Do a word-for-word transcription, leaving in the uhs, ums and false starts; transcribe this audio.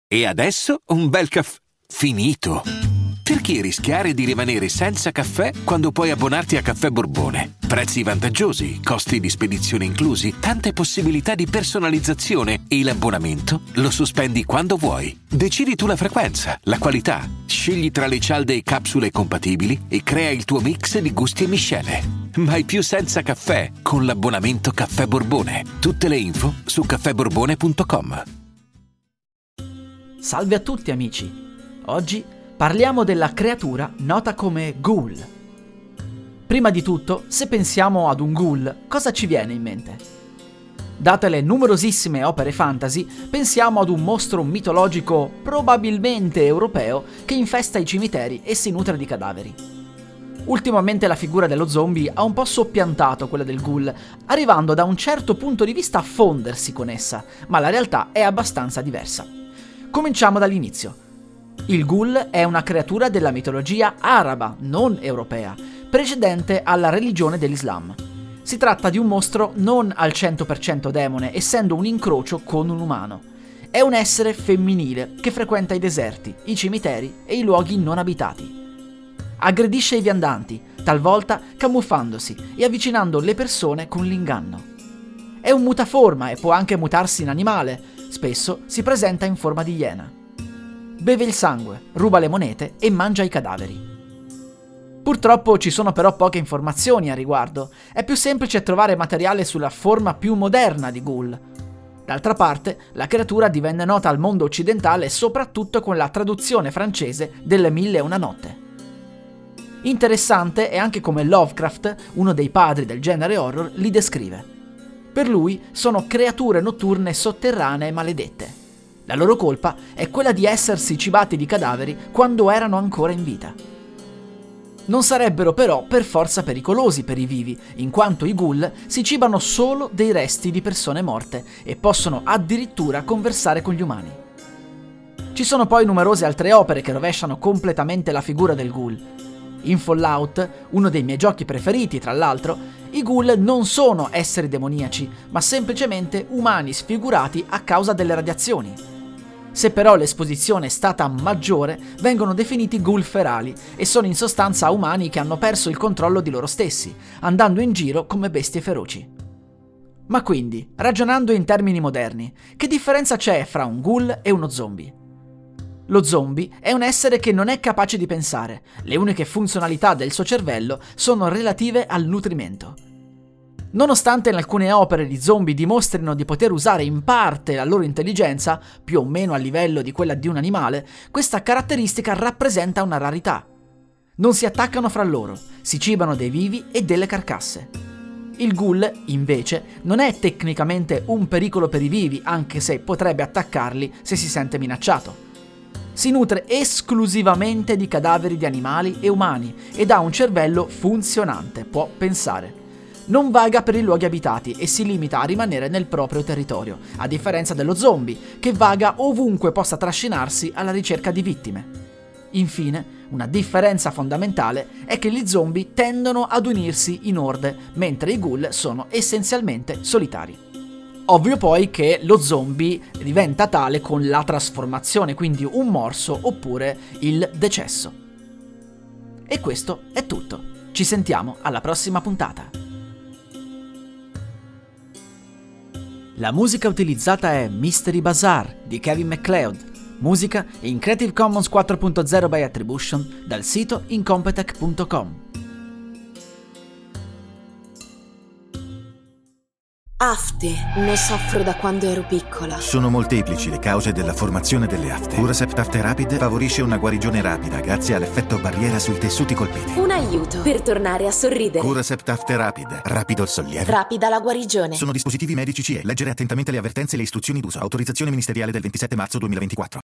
E adesso un bel caffè finito. Perché rischiare di rimanere senza caffè quando puoi abbonarti a Caffè Borbone? Prezzi vantaggiosi, costi di spedizione inclusi, tante possibilità di personalizzazione e l'abbonamento lo sospendi quando vuoi. Decidi tu la frequenza, la qualità, scegli tra le cialde e capsule compatibili e crea il tuo mix di gusti e miscele. Mai più senza caffè con l'abbonamento Caffè Borbone. Tutte le info su caffè borbone punto com. Salve a tutti amici! Oggi parliamo della creatura nota come ghoul. Prima di tutto, se pensiamo ad un ghoul, cosa ci viene in mente? Date le numerosissime opere fantasy, pensiamo ad un mostro mitologico probabilmente europeo che infesta i cimiteri e si nutre di cadaveri. Ultimamente la figura dello zombie ha un po' soppiantato quella del ghoul, arrivando da un certo punto di vista a fondersi con essa, ma la realtà è abbastanza diversa. Cominciamo dall'inizio. Il ghoul è una creatura della mitologia araba, non europea, precedente alla religione dell'Islam. Si tratta di un mostro non al cento per cento demone, essendo un incrocio con un umano. È un essere femminile che frequenta i deserti, i cimiteri e i luoghi non abitati. Aggredisce i viandanti, talvolta camuffandosi e avvicinando le persone con l'inganno. È un mutaforma e può anche mutarsi in animale, spesso si presenta in forma di iena. Beve il sangue, ruba le monete e mangia i cadaveri. Purtroppo ci sono però poche informazioni a riguardo, è più semplice trovare materiale sulla forma più moderna di ghoul. D'altra parte, la creatura divenne nota al mondo occidentale soprattutto con la traduzione francese delle Mille e una notte. Interessante è anche come Lovecraft, uno dei padri del genere horror, li descrive. Per lui sono creature notturne sotterranee maledette. La loro colpa è quella di essersi cibati di cadaveri quando erano ancora in vita. Non sarebbero però per forza pericolosi per i vivi, in quanto i ghoul si cibano solo dei resti di persone morte e possono addirittura conversare con gli umani. Ci sono poi numerose altre opere che rovesciano completamente la figura del ghoul. In Fallout, uno dei miei giochi preferiti tra l'altro, i ghoul non sono esseri demoniaci, ma semplicemente umani sfigurati a causa delle radiazioni. Se però l'esposizione è stata maggiore, vengono definiti ghoul ferali e sono in sostanza umani che hanno perso il controllo di loro stessi, andando in giro come bestie feroci. Ma quindi, ragionando in termini moderni, che differenza c'è fra un ghoul e uno zombie? Lo zombie è un essere che non è capace di pensare, le uniche funzionalità del suo cervello sono relative al nutrimento. Nonostante in alcune opere gli zombie dimostrino di poter usare in parte la loro intelligenza, più o meno a livello di quella di un animale, questa caratteristica rappresenta una rarità. Non si attaccano fra loro, si cibano dei vivi e delle carcasse. Il ghoul, invece, non è tecnicamente un pericolo per i vivi, anche se potrebbe attaccarli se si sente minacciato. Si nutre esclusivamente di cadaveri di animali e umani ed ha un cervello funzionante, può pensare. Non vaga per i luoghi abitati e si limita a rimanere nel proprio territorio, a differenza dello zombie, che vaga ovunque possa trascinarsi alla ricerca di vittime. Infine, una differenza fondamentale è che gli zombie tendono ad unirsi in orde, mentre i ghoul sono essenzialmente solitari. Ovvio poi che lo zombie diventa tale con la trasformazione, quindi un morso oppure il decesso. E questo è tutto. Ci sentiamo alla prossima puntata. La musica utilizzata è Mystery Bazaar di Kevin MacLeod, musica in Creative Commons quattro punto zero by Attribution dal sito incompetech punto com. Afte, ne soffro da quando ero piccola. Sono molteplici le cause della formazione delle afte. Curacept Afte Rapid favorisce una guarigione rapida grazie all'effetto barriera sui tessuti colpiti. Un aiuto per tornare a sorridere. Curacept Afte Rapid, rapido il sollievo, rapida la guarigione. Sono dispositivi medici C E. Leggere attentamente le avvertenze e le istruzioni d'uso. Autorizzazione ministeriale del ventisette marzo duemilaventiquattro.